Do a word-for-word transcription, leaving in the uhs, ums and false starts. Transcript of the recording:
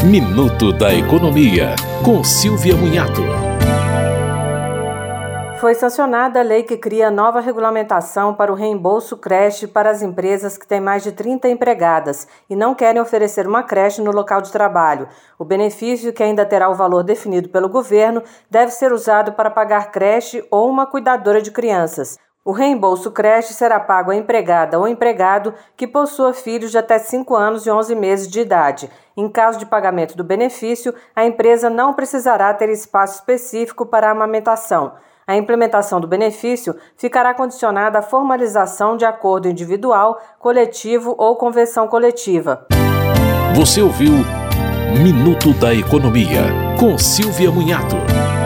Minuto da Economia, com Silvia Munhato. Foi sancionada a lei que cria nova regulamentação para o reembolso creche para as empresas que têm mais de trinta empregadas e não querem oferecer uma creche no local de trabalho. O benefício, que ainda terá o valor definido pelo governo, deve ser usado para pagar creche ou uma cuidadora de crianças. O reembolso creche será pago à empregada ou empregado que possua filhos de até cinco anos e onze meses de idade. Em caso de pagamento do benefício, a empresa não precisará ter espaço específico para a amamentação. A implementação do benefício ficará condicionada à formalização de acordo individual, coletivo ou convenção coletiva. Você ouviu Minuto da Economia, com Silvia Munhato.